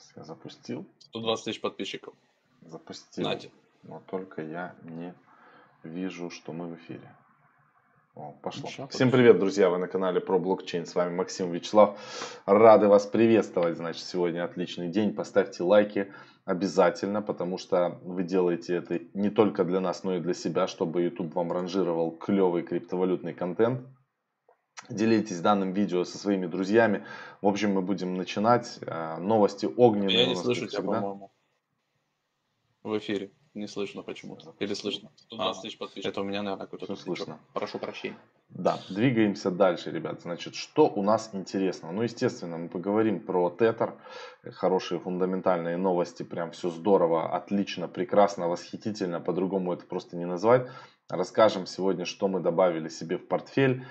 Сейчас я запустил. 120 тысяч подписчиков. Запустил. Нате. Но только я не вижу, что мы в эфире. О, пошло. Ща Всем подожди. привет, друзья! Вы на канале про блокчейн. С вами Максим, Вячеслав. Рады вас приветствовать. Значит, сегодня отличный день. Поставьте лайки обязательно, потому что вы делаете это не только для нас, но и для себя, чтобы YouTube вам ранжировал клевый криптовалютный контент. Делитесь данным видео со своими друзьями. В общем, мы будем начинать. Новости огненные Я у не нас, слышу как тебя, всегда. по-моему. В эфире. Не слышно почему-то. Или слышно? 120 тысяч подписчиков. Это у меня, наверное, какой-то Все тупичок. слышно. Прошу прощения. Да, двигаемся дальше, ребят. Значит, что у нас интересно? Ну, естественно, мы поговорим про Tether. Хорошие фундаментальные новости. Прям все здорово, отлично, прекрасно, восхитительно. По-другому это просто не назвать. Расскажем сегодня, что мы добавили себе в портфель.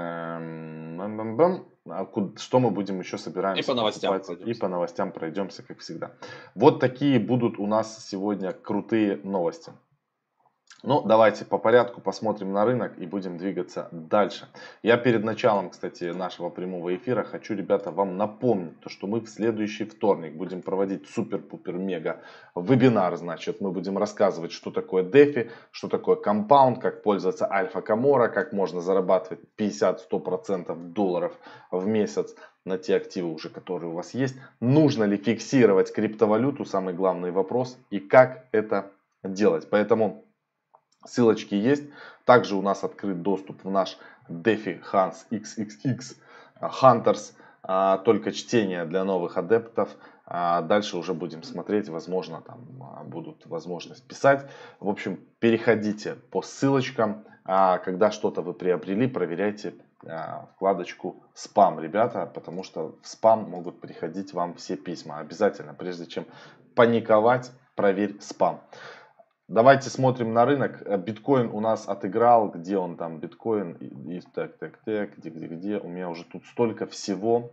Что мы будем еще собираемся И по новостям покупать. пройдемся. И по новостям пройдемся, как всегда. Вот такие будут у нас сегодня крутые новости. Ну, давайте по порядку посмотрим на рынок и будем двигаться дальше. Я перед началом, кстати, нашего прямого эфира хочу, ребята, вам напомнить, то, что мы в следующий вторник будем проводить супер-пупер-мега вебинар. Значит, мы будем рассказывать, что такое DeFi, что такое компаунд, как пользоваться Альфа Камора, как можно зарабатывать 50-100% долларов в месяц на те активы уже, которые у вас есть. Нужно ли фиксировать криптовалюту, самый главный вопрос, и как это делать. Поэтому ссылочки есть. Также у нас открыт доступ в наш DeFi Hans XXX Hunters. Только чтение для новых адептов. Дальше уже будем смотреть. Возможно, там будут возможность писать. В общем, переходите по ссылочкам. Когда что-то вы приобрели, проверяйте вкладочку спам, ребята. Потому что в спам могут приходить вам все письма. Обязательно, прежде чем паниковать, проверь спам. Давайте смотрим на рынок. Биткоин у нас отыграл. Где он там, биткоин? Так. Где? У меня уже тут столько всего.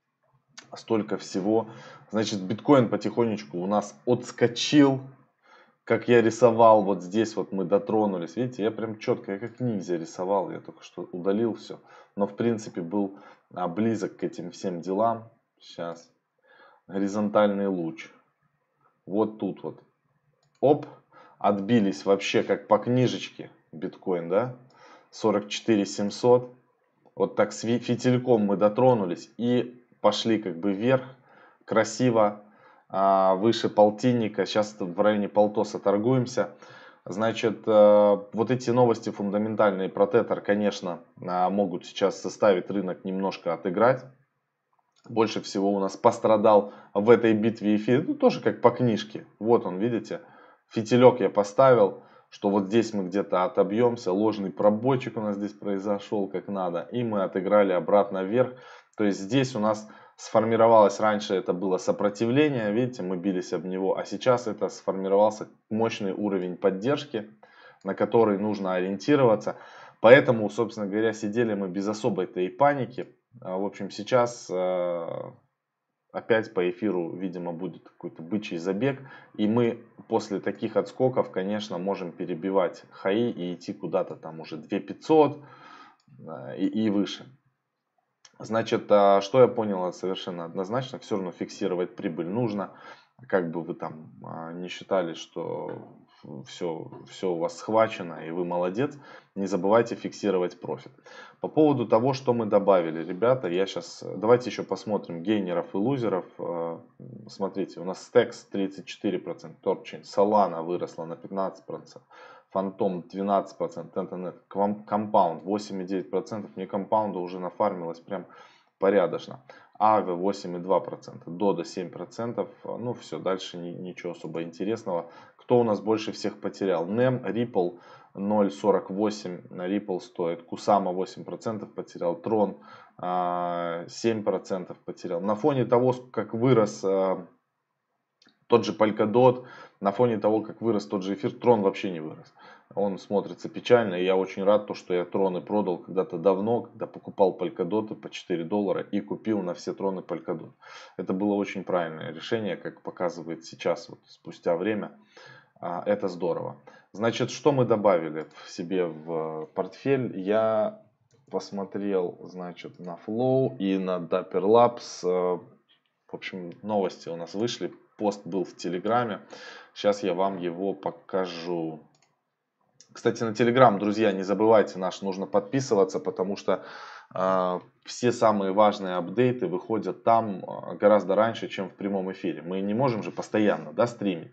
Значит, биткоин потихонечку у нас отскочил. Как я рисовал, вот здесь вот мы дотронулись. Видите, я прям четко, я как ниндзя рисовал. Я только что удалил все. Но в принципе был близок к этим всем делам. Сейчас. Горизонтальный луч. Вот тут вот. Оп. Отбились вообще как по книжечке биткоин, да? 44 700. Вот так с фитильком мы дотронулись и пошли как бы вверх. Красиво. Выше полтинника. Сейчас в районе полтоса торгуемся. Значит, вот эти новости фундаментальные про Tether, конечно, могут сейчас заставить рынок немножко отыграть. Больше всего у нас пострадал в этой битве эфир. Ну, тоже как по книжке. Вот он, видите? Фитилек я поставил, что вот здесь мы где-то отобьемся. Ложный пробойчик у нас здесь произошел как надо. И мы отыграли обратно вверх. То есть здесь у нас сформировалось, раньше это было сопротивление. Видите, мы бились об него. А сейчас это сформировался мощный уровень поддержки, на который нужно ориентироваться. Поэтому, собственно говоря, сидели мы без особой-то и паники. В общем, сейчас опять по эфиру, видимо, будет какой-то бычий забег. И мы после таких отскоков, конечно, можем перебивать хаи и идти куда-то там уже 2500 и выше. Значит, что я понял совершенно однозначно, все равно фиксировать прибыль нужно. Как бы вы там не считали, что все у вас схвачено и вы молодец, не забывайте фиксировать профит. По поводу того, что мы добавили, ребята, давайте еще посмотрим гейнеров и лузеров. Смотрите, у нас Stacks 34%, Torchain, Solana выросла на 15%. Phantom 12%, Internet, Compound 8,9%, мне компаунда уже нафармилось прям порядочно. Aave 8,2%, Dodo 7%, ну все, дальше ничего особо интересного. Кто у нас больше всех потерял? NEM, Ripple 0,48, Ripple стоит, Kusama 8% потерял, Tron 7% потерял. На фоне того, как вырос тот же Polkadot, на фоне того, как вырос тот же эфир, Tron вообще не вырос. Он смотрится печально, и я очень рад, что я троны продал когда-то давно, когда покупал Polkadot по 4 доллара и купил на все троны Polkadot. Это было очень правильное решение, как показывает сейчас, вот, спустя время. Это здорово. Значит, что мы добавили в себе в портфель? Я посмотрел, значит, на Flow и на Dapper Labs. В общем, новости у нас вышли. Пост был в Телеграме. Сейчас я вам его покажу. Кстати, на Телеграм, друзья, не забывайте, нужно подписываться, потому что все самые важные апдейты выходят там гораздо раньше, чем в прямом эфире. Мы не можем же постоянно, да, стримить.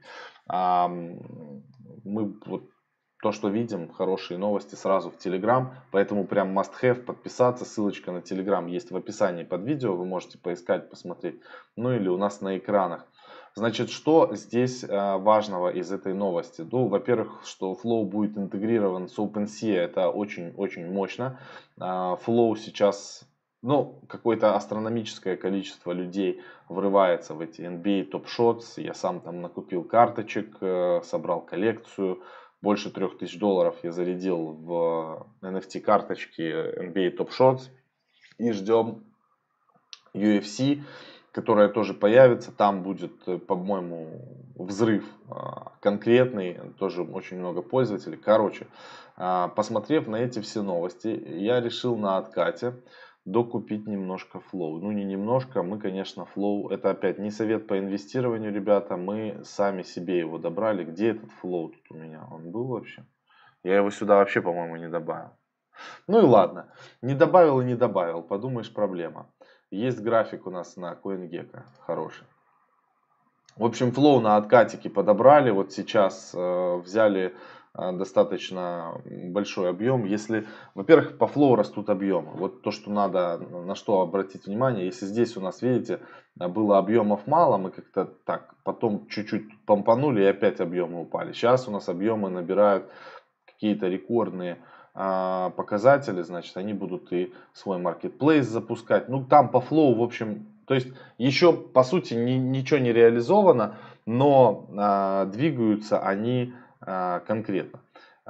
Мы вот то, что видим, хорошие новости сразу в Telegram, поэтому прям must have подписаться. Ссылочка на Telegram есть в описании под видео, вы можете поискать, посмотреть. Ну или у нас на экранах. Значит, что здесь важного из этой новости? Ну, во-первых, что Flow будет интегрирован с OpenSea, это очень-очень мощно. Flow сейчас, ну, какое-то астрономическое количество людей врывается в эти NBA Top Shots. Я сам там накупил карточек, собрал коллекцию. Больше $3000 я зарядил в NFT карточки NBA Top Shots. И ждем UFC, которая тоже появится. Там будет, по-моему, взрыв конкретный. Тоже очень много пользователей. Короче, посмотрев на эти все новости, я решил на откате докупить немножко Flow. Ну, не немножко, мы, конечно, Flow, это опять не совет по инвестированию, ребята, мы сами себе его добрали. Где этот Flow тут у меня? Он был вообще? Я его сюда вообще, по-моему, не добавил. Ну и ладно, не добавил и не добавил, подумаешь, проблема. Есть график у нас на CoinGecko, хороший. В общем, Flow на откатике подобрали, вот сейчас взяли достаточно большой объем. Если, во-первых, по Flow растут объемы. Вот то, что надо, на что обратить внимание. Если здесь у нас, видите, было объемов мало, мы как-то так потом чуть-чуть помпанули и опять объемы упали. Сейчас у нас объемы набирают какие-то рекордные показатели, значит, они будут и свой маркетплейс запускать. Ну, там по Flow, в общем, то есть еще, по сути, ничего не реализовано, но двигаются они конкретно.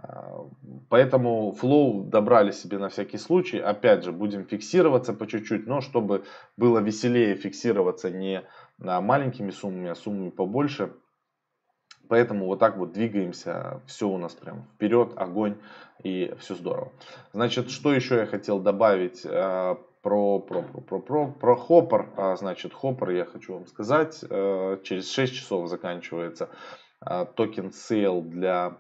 Поэтому Flow добрали себе на всякий случай. Опять же, будем фиксироваться по чуть-чуть, но чтобы было веселее фиксироваться не маленькими суммами, а суммами побольше. Поэтому вот так вот двигаемся, все у нас прям вперед, огонь и все здорово. Значит, что еще я хотел добавить про Hopper. Значит, Hopper я хочу вам сказать, через 6 часов заканчивается токен сейл для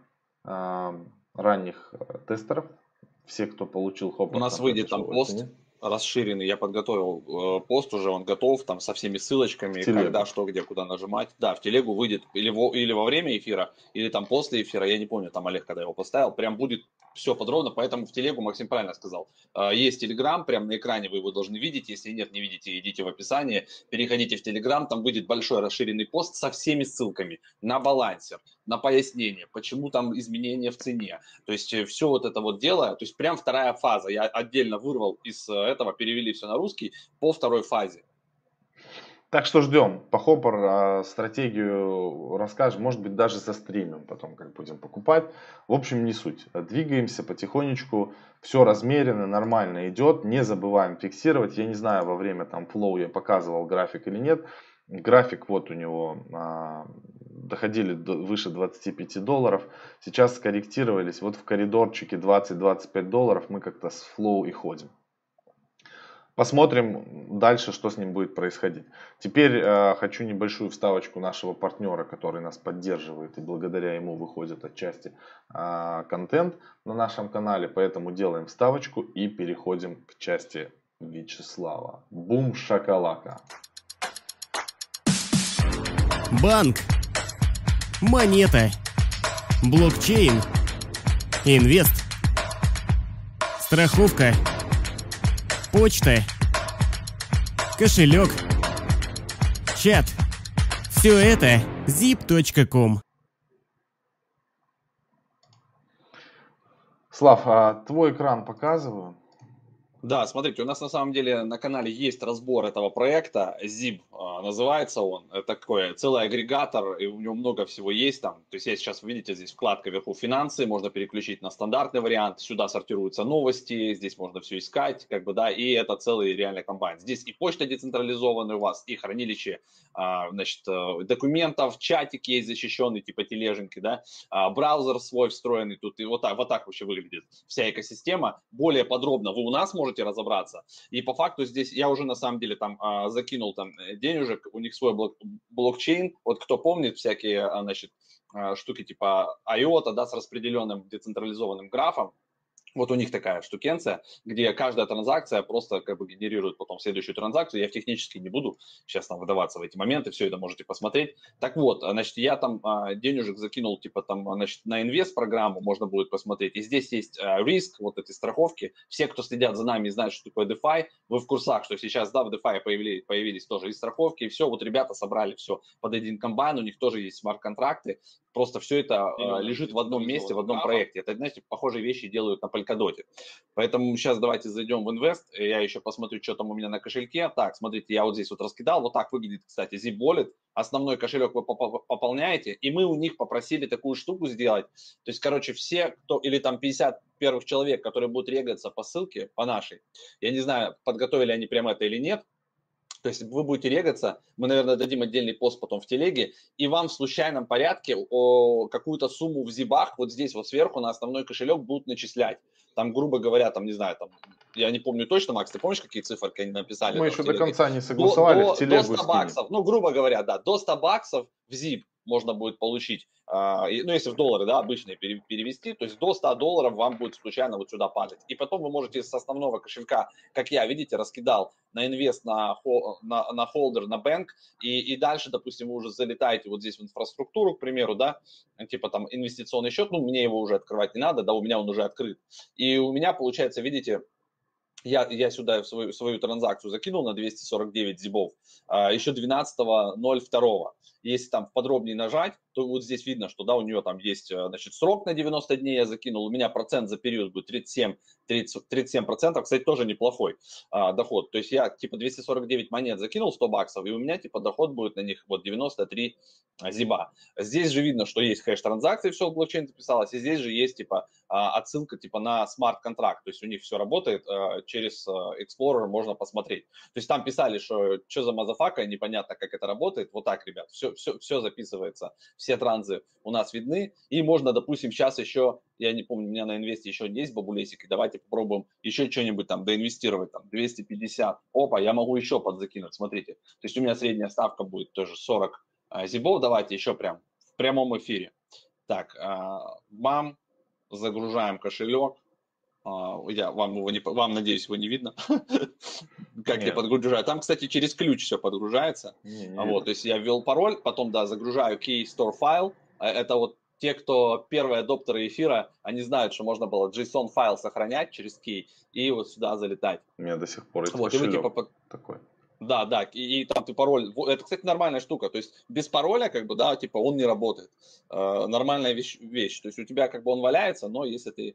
ранних тестеров. Все, кто получил Hopper. У нас выйдет там пост расширенный, я подготовил пост уже, он готов, там со всеми ссылочками, когда, что, где, куда нажимать. Да, в телегу выйдет или во время эфира, или там после эфира, я не помню, там Олег когда его поставил, прям будет все подробно, поэтому в телегу Максим правильно сказал. Есть Telegram, прям на экране вы его должны видеть, если нет, не видите, идите в описание, переходите в Telegram, там выйдет большой расширенный пост со всеми ссылками на балансер, на пояснение, почему там изменения в цене. То есть все вот это вот дело, то есть прям вторая фаза. Я отдельно вырвал из этого, перевели все на русский по второй фазе. Так что ждем. По Hopper стратегию расскажем, может быть даже застримим потом, как будем покупать. В общем, не суть. Двигаемся потихонечку, все размеренно, нормально идет. Не забываем фиксировать. Я не знаю, во время там Flow я показывал график или нет. График вот у него доходили выше $25. Сейчас скорректировались. Вот в коридорчике $20-25 мы как-то с Flow и ходим. Посмотрим дальше, что с ним будет происходить. Теперь хочу небольшую вставочку нашего партнера, который нас поддерживает, и благодаря ему выходит отчасти контент на нашем канале. Поэтому делаем вставочку и переходим к части Вячеслава. Бум шакалака. Банк, монета, блокчейн, инвест, страховка, почта, кошелек, чат. Все это zip.com. Слав, а твой экран показываю? Да, смотрите, у нас на самом деле на канале есть разбор этого проекта, Zip называется он, это такой целый агрегатор, и у него много всего есть там, то есть я сейчас, видите, здесь вкладка вверху финансы, можно переключить на стандартный вариант, сюда сортируются новости, здесь можно все искать, как бы, да, и это целый реальный комбайн. Здесь и почта децентрализованная у вас, и хранилище, значит, документов, чатик есть защищенный, типа тележенки, да, браузер свой встроенный тут, и вот так вообще выглядит вся экосистема. Более подробно вы у нас можете можете разобраться. И по факту здесь я уже на самом деле там закинул там денежек, у них свой блокчейн, вот кто помнит всякие, значит, штуки типа IOTA, да, с распределенным децентрализованным графом. Вот у них такая штукенция, где каждая транзакция просто как бы генерирует потом следующую транзакцию. Я технически не буду сейчас там выдаваться в эти моменты, все это можете посмотреть. Так вот, значит, я там денежек закинул, типа там, значит, на инвест-программу можно будет посмотреть. И здесь есть риск, вот эти страховки. Все, кто следят за нами и знают, что такое DeFi, вы в курсах, что сейчас, да, в DeFi появились тоже и страховки, и все. Вот ребята собрали все под один комбайн, у них тоже есть смарт-контракты. Просто все это лежит в одном месте, в одном проекте. Это, знаете, похожие вещи делают на Polkadot. Поэтому сейчас давайте зайдем в инвест. Я еще посмотрю, что там у меня на кошельке. Так, смотрите, я вот здесь вот раскидал. Вот так выглядит, кстати, Zip Wallet. Основной кошелек вы пополняете. И мы у них попросили такую штуку сделать. То есть, короче, все, кто, или там 50 первых человек, которые будут регаться по ссылке, по нашей. Я не знаю, подготовили они прямо это или нет. То есть вы будете регаться, мы, наверное, дадим отдельный пост потом в телеге, и вам в случайном порядке какую-то сумму в зибах вот здесь вот сверху на основной кошелек будут начислять. Там, грубо говоря, там, не знаю, там, я не помню точно, Макс, ты помнишь, какие циферки они написали? Мы еще до конца не согласовали, в телегу до 100 баксов, ну, грубо говоря, да, до 100 баксов в зип можно будет получить, ну, если в доллары, да, обычные перевести, то есть до $100 вам будет случайно вот сюда падать. И потом вы можете с основного кошелька, как я, видите, раскидал на инвест, на холдер, на бэнк, и дальше, допустим, вы уже залетаете вот здесь в инфраструктуру, к примеру, да, типа там инвестиционный счет, ну, мне его уже открывать не надо, да, у меня он уже открыт. И у меня, получается, видите, я сюда свою транзакцию закинул на 249 зибов, еще 12.02. Если там подробнее нажать, то вот здесь видно, что да, у нее там есть, значит, срок на 90 дней я закинул, у меня процент за период будет 37%, кстати, тоже неплохой доход. То есть я типа 249 монет закинул, 100 баксов, и у меня типа доход будет на них вот 93 зиба. Здесь же видно, что есть хэш транзакции, все в блокчейн записалось, и здесь же есть типа отсылка типа на смарт-контракт, то есть у них все работает, через Explorer можно посмотреть. То есть там писали, что за мазафака, непонятно, как это работает. Вот так, ребят, все записывается, все транзы у нас видны. И можно, допустим, сейчас еще, я не помню, у меня на инвесте еще есть бабулесики, давайте попробуем еще что-нибудь там доинвестировать, там 250. Опа, я могу еще подзакинуть, смотрите. То есть у меня средняя ставка будет тоже 40 зибов. Давайте еще прям в прямом эфире. Так, бам, загружаем кошелек. Вам, надеюсь, его не видно, как я подгружаю. Там, кстати, через ключ все подгружается. Вот, то есть я ввел пароль, потом, да, загружаю key store файл. Это вот те, кто первые адоптеры эфира, они знают, что можно было JSON файл сохранять через key и вот сюда залетать. У меня до сих пор есть вот, кошелек такой. Да, и там ты пароль, это, кстати, нормальная штука, то есть без пароля, как бы, да, типа он не работает. Нормальная вещь, то есть у тебя как бы он валяется, но если ты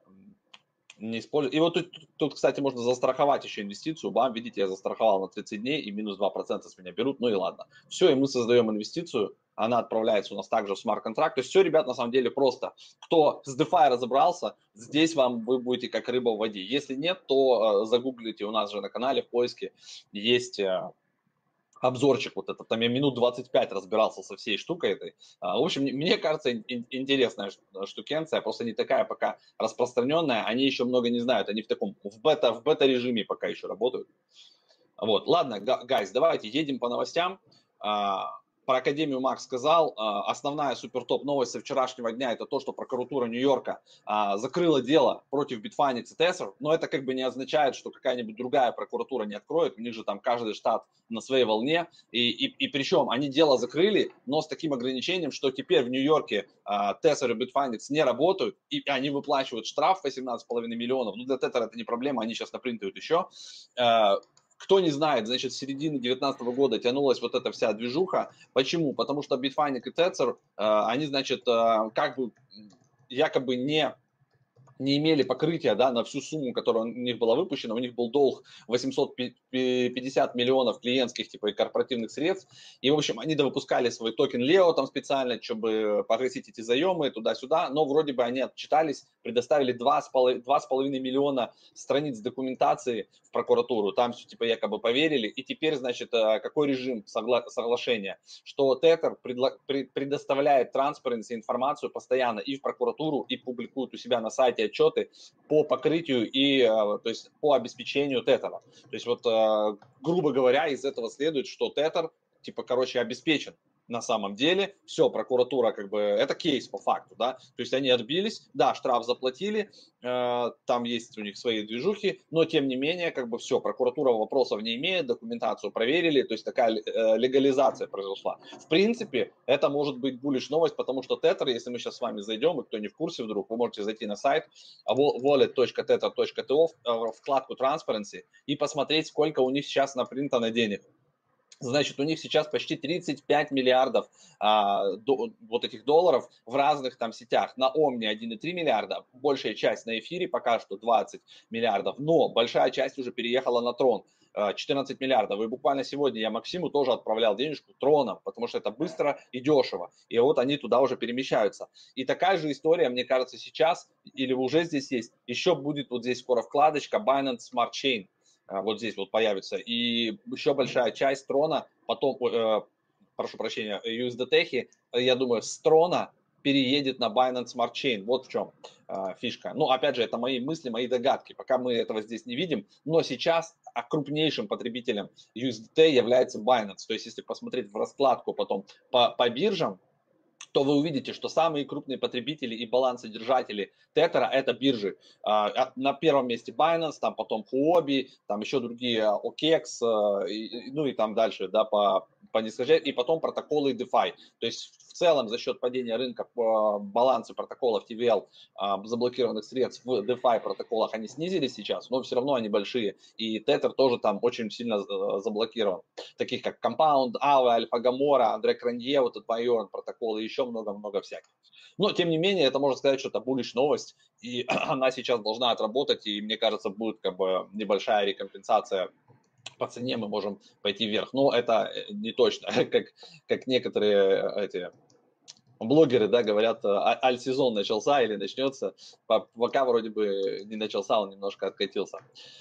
не использую. И вот тут, кстати, можно застраховать еще инвестицию. Бам, видите, я застраховал на 30 дней и минус 2% с меня берут. Ну и ладно. Все, и мы создаем инвестицию. Она отправляется у нас также в смарт-контракт. То есть все, ребят, на самом деле просто. Кто с DeFi разобрался, здесь вы будете как рыба в воде. Если нет, то загуглите у нас же на канале в поиске. Есть обзорчик вот этот, там я минут 25 разбирался со всей штукой этой. В общем, мне кажется, интересная штукенция, просто не такая пока распространенная, они еще много не знают, они в бета-режиме пока еще работают. Вот, ладно, гайз, давайте едем по новостям. Про Академию Макс сказал. Основная супер-топ новость со вчерашнего дня — это то, что прокуратура Нью-Йорка закрыла дело против Bitfinex и Tether. Но это как бы не означает, что какая-нибудь другая прокуратура не откроет. У них же там каждый штат на своей волне. И причем они дело закрыли, но с таким ограничением, что теперь в Нью-Йорке Tether и Bitfinex не работают. И они выплачивают штраф 18,5 миллионов. Ну, для Tether это не проблема, они сейчас напринтуют еще. Кто не знает, значит, с середины 2019 года тянулась вот эта вся движуха. Почему? Потому что Bitfinex и Tether, они, значит, как бы якобы не имели покрытия, да, на всю сумму, которая у них была выпущена. У них был долг 850 миллионов клиентских типа и корпоративных средств. И, в общем, они довыпускали свой токен Leo там специально, чтобы погасить эти заемы туда-сюда. Но вроде бы они отчитались, предоставили 2,5 миллиона страниц документации в прокуратуру. Там все типа якобы поверили. И теперь, значит, какой режим соглашения? Что Tether предоставляет транспаренси информацию постоянно и в прокуратуру, и публикует у себя на сайте отчеты по покрытию и, то есть, по обеспечению тетера. То есть, вот, грубо говоря, из этого следует, что тетер, типа, короче, обеспечен. На самом деле, все, прокуратура, как бы, это кейс по факту, да, то есть они отбились, да, штраф заплатили, там есть у них свои движухи, но тем не менее, как бы, все, прокуратура вопросов не имеет, документацию проверили, то есть такая легализация произошла. В принципе, это может быть буллиш новость, потому что Tether, если мы сейчас с вами зайдем, и кто не в курсе вдруг, вы можете зайти на сайт wallet.tether.to, вкладку Transparency и посмотреть, сколько у них сейчас напринтано денег. Значит, у них сейчас почти 35 миллиардов вот этих долларов в разных там сетях. На Omni 1,3 миллиарда, большая часть на эфире пока что 20 миллиардов, но большая часть уже переехала на Трон, 14 миллиардов. И буквально сегодня я Максиму тоже отправлял денежку Троном, потому что это быстро и дешево. И вот они туда уже перемещаются. И такая же история, мне кажется, сейчас, или уже здесь есть, еще будет вот здесь скоро вкладочка Binance Smart Chain. Вот здесь вот появится. И еще большая часть Трона, потом, прошу прощения, USDT, я думаю, с Трона переедет на Binance Smart Chain. Вот в чем фишка. Ну, опять же, это мои мысли, мои догадки. Пока мы этого здесь не видим. Но сейчас крупнейшим потребителем USDT является Binance. То есть, если посмотреть в раскладку потом по биржам, то вы увидите, что самые крупные потребители и балансодержатели Тетера – это биржи. На первом месте Binance, там потом Huobi, там еще другие OKEX, ну и там дальше, да, по нисхождению, и потом протоколы DeFi. То есть в целом за счет падения рынка балансы протоколов TVL, заблокированных средств в DeFi протоколах, они снизились сейчас, но все равно они большие. И Tether тоже там очень сильно заблокирован. Таких как Compound, Aave, AlphaGamora, André Cronje, вот этот Ion протокол и еще много-много всяких. Но, тем не менее, это можно сказать, что это буллиш новость, и она сейчас должна отработать, и, мне кажется, будет как бы небольшая рекомпенсация по цене, мы можем пойти вверх. Но это не точно, как некоторые эти блогеры, да, говорят, аль-сезон начался или начнется, пока вроде бы не начался, он немножко откатился.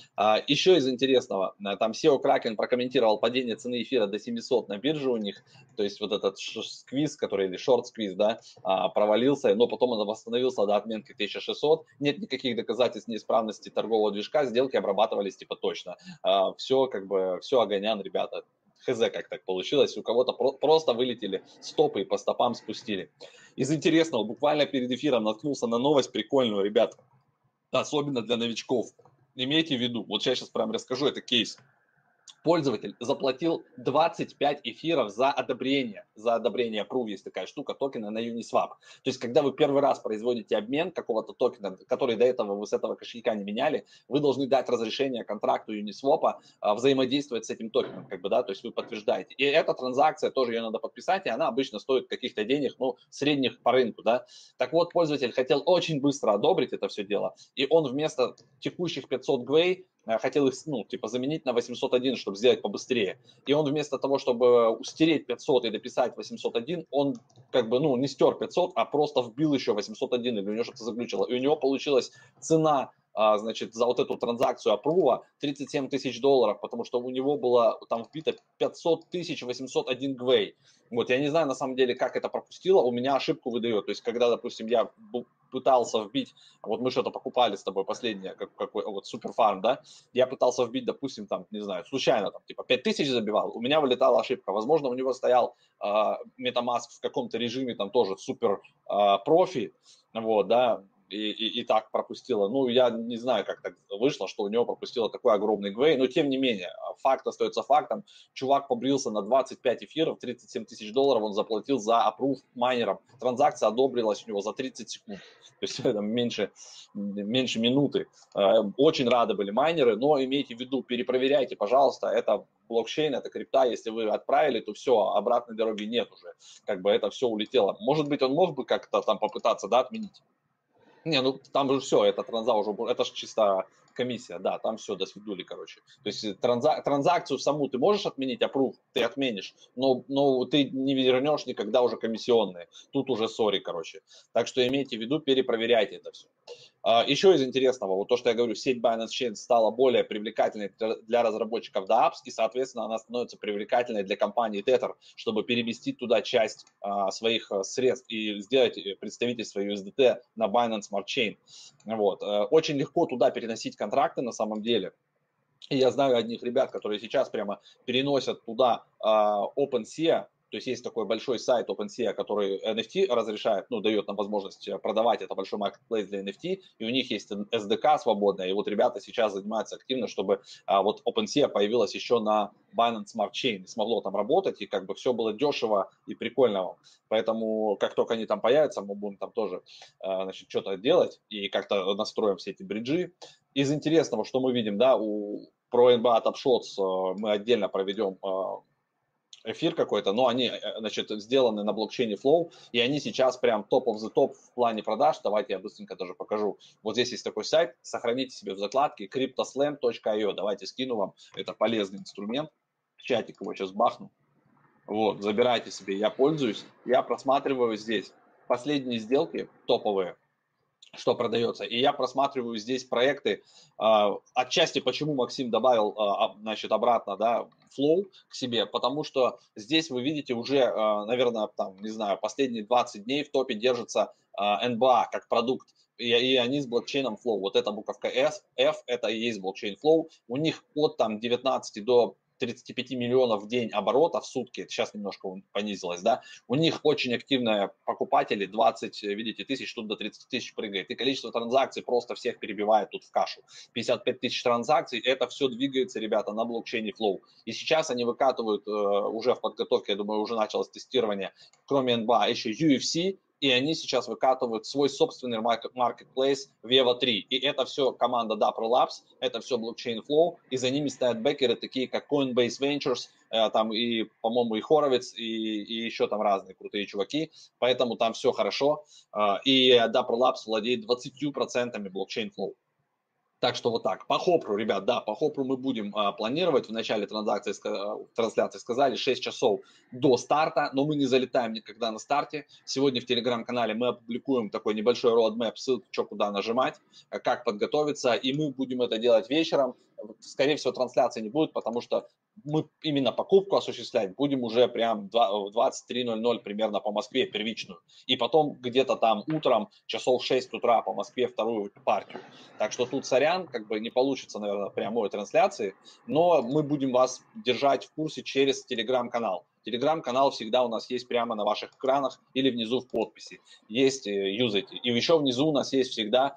Еще из интересного, там SEO Kraken прокомментировал падение цены эфира до 700 на бирже у них, то есть вот этот сквиз, который, или шорт-сквиз, да, провалился, но потом он восстановился до отметки 1600, нет никаких доказательств неисправности торгового движка, сделки обрабатывались типа точно. Все как бы, все огонян, ребята. Хз, как так получилось, у кого-то просто вылетели стопы и по стопам спустили. Из интересного, буквально перед эфиром наткнулся на новость прикольную, ребят, особенно для новичков. Имейте в виду, вот сейчас прям расскажу, это кейс. Пользователь заплатил 25 эфиров за одобрение approve, есть такая штука, токена на Uniswap. То есть, когда вы первый раз производите обмен какого-то токена, который до этого вы с этого кошелька не меняли, вы должны дать разрешение контракту Uniswap взаимодействовать с этим токеном, как бы, да, то есть вы подтверждаете. И эта транзакция, тоже ее надо подписать, и она обычно стоит каких-то денег, ну, средних по рынку, да. Так вот, пользователь хотел очень быстро одобрить это все дело, и он вместо текущих 500 гвей хотел их, ну, типа, заменить на 801, чтобы сделать побыстрее. И он вместо того, чтобы стереть 500 и дописать 801, он как бы, ну, не стер 500, а просто вбил еще 801, или у него что-то заглючило. И у него получилась цена, значит, за вот эту транзакцию апрува $37 тысяч, потому что у него было там вбито 500 801 гвей. Вот, я не знаю, на самом деле, как это пропустило, у меня ошибку выдает. То есть, когда, допустим, я пытался вбить, вот мы что-то покупали с тобой последнее, какой вот суперфарм, да, я пытался вбить, допустим, там, не знаю, случайно, там, типа, 5000 забивал, у меня вылетала ошибка. Возможно, у него стоял MetaMask в каком-то режиме, там, тоже супер профи, вот, да, и так пропустила. Ну, я не знаю, как так вышло, что у него пропустило такой огромный гвей, но тем не менее, факт остается фактом. Чувак побрился на 25 эфиров, $37 тысяч он заплатил за аппрув майнером. Транзакция одобрилась у него за 30 секунд, то есть это меньше минуты. Очень рады были майнеры, но имейте в виду, перепроверяйте, пожалуйста, это блокчейн, это крипта, если вы отправили, то все, обратной дороги нет уже, как бы это все улетело. Может быть, он мог бы как-то там попытаться, да, отменить. Не, ну там же все, это это же чисто комиссия, да, там все, до свидули, короче. То есть транзакцию саму ты можешь отменить, аппрув, ты отменишь, но ты не вернешь никогда уже комиссионные. Тут уже сори, короче. Так что имейте в виду, перепроверяйте это все. Еще из интересного, вот то, что я говорю, сеть Binance Chain стала более привлекательной для разработчиков dApps, и, соответственно, она становится привлекательной для компании Tether, чтобы перевести туда часть своих средств и сделать представительство USDT на Binance Smart Chain. Вот. Очень легко туда переносить контракты на самом деле. И я знаю одних ребят, которые сейчас прямо переносят туда OpenSea. То есть есть такой большой сайт OpenSea, который NFT разрешает, ну, дает нам возможность продавать, это большой marketplace для NFT, и у них есть SDK свободная, и вот ребята сейчас занимаются активно, чтобы вот OpenSea появилась еще на Binance Smart Chain, смогло там работать, и как бы все было дешево и прикольно. Поэтому как только они там появятся, мы будем там тоже, значит, что-то делать и как-то настроим все эти бриджи. Из интересного, что мы видим, да, про NBA Top Shots мы отдельно проведем эфир какой-то, но они, значит, сделаны на блокчейне Flow, и они сейчас прям топ of the top в плане продаж. Давайте я быстренько даже покажу. Вот здесь есть такой сайт, сохраните себе в закладке cryptoslam.io. Давайте скину вам, это полезный инструмент. В чатик его сейчас бахну. Вот, забирайте себе, я пользуюсь. Я просматриваю здесь последние сделки топовые, что продается. И я просматриваю здесь проекты. Отчасти, почему Максим добавил, значит, обратно, да, Flow к себе, потому что здесь вы видите уже, наверное, там, не знаю, последние 20 дней в топе держится NBA как продукт. И они с блокчейном Flow. Вот эта буковка F, это и есть блокчейн Flow. У них от там 19 до 35 миллионов в день оборота в сутки, сейчас немножко понизилось, да, у них очень активные покупатели, 20, видите, тысяч, тут до 30 тысяч прыгает, и количество транзакций просто всех перебивает тут в кашу. 55 тысяч транзакций, это все двигается, ребята, на блокчейне Flow. И сейчас они выкатывают уже в подготовке, я думаю, уже началось тестирование, кроме NBA, еще UFC, и они сейчас выкатывают свой собственный marketplace Veva 3. И это все команда Dapper Labs, это все блокчейн Flow, и за ними стоят бэкеры, такие как Coinbase Ventures, там и, по-моему, и Хоровиц, и еще там разные крутые чуваки, поэтому там все хорошо. И Dapper Labs владеет 20% блокчейн Flow. Так что вот так. По Хопру, ребят, да, по Хопру мы будем планировать. В начале трансляции сказали 6 часов до старта, но мы не залетаем никогда на старте. Сегодня в Телеграм-канале мы опубликуем такой небольшой roadmap, ссылку, что куда нажимать, как подготовиться, и мы будем это делать вечером. Скорее всего, трансляции не будет, потому что мы именно покупку осуществлять будем уже прям в 23:00 примерно по Москве первичную. И потом где-то там утром, часов 6 утра по Москве вторую партию. Так что тут сорян, как бы не получится, наверное, прямой трансляции, но мы будем вас держать в курсе через Телеграм-канал. Телеграм-канал всегда у нас есть прямо на ваших экранах или внизу в подписи. Есть, юзайте. И еще внизу у нас есть всегда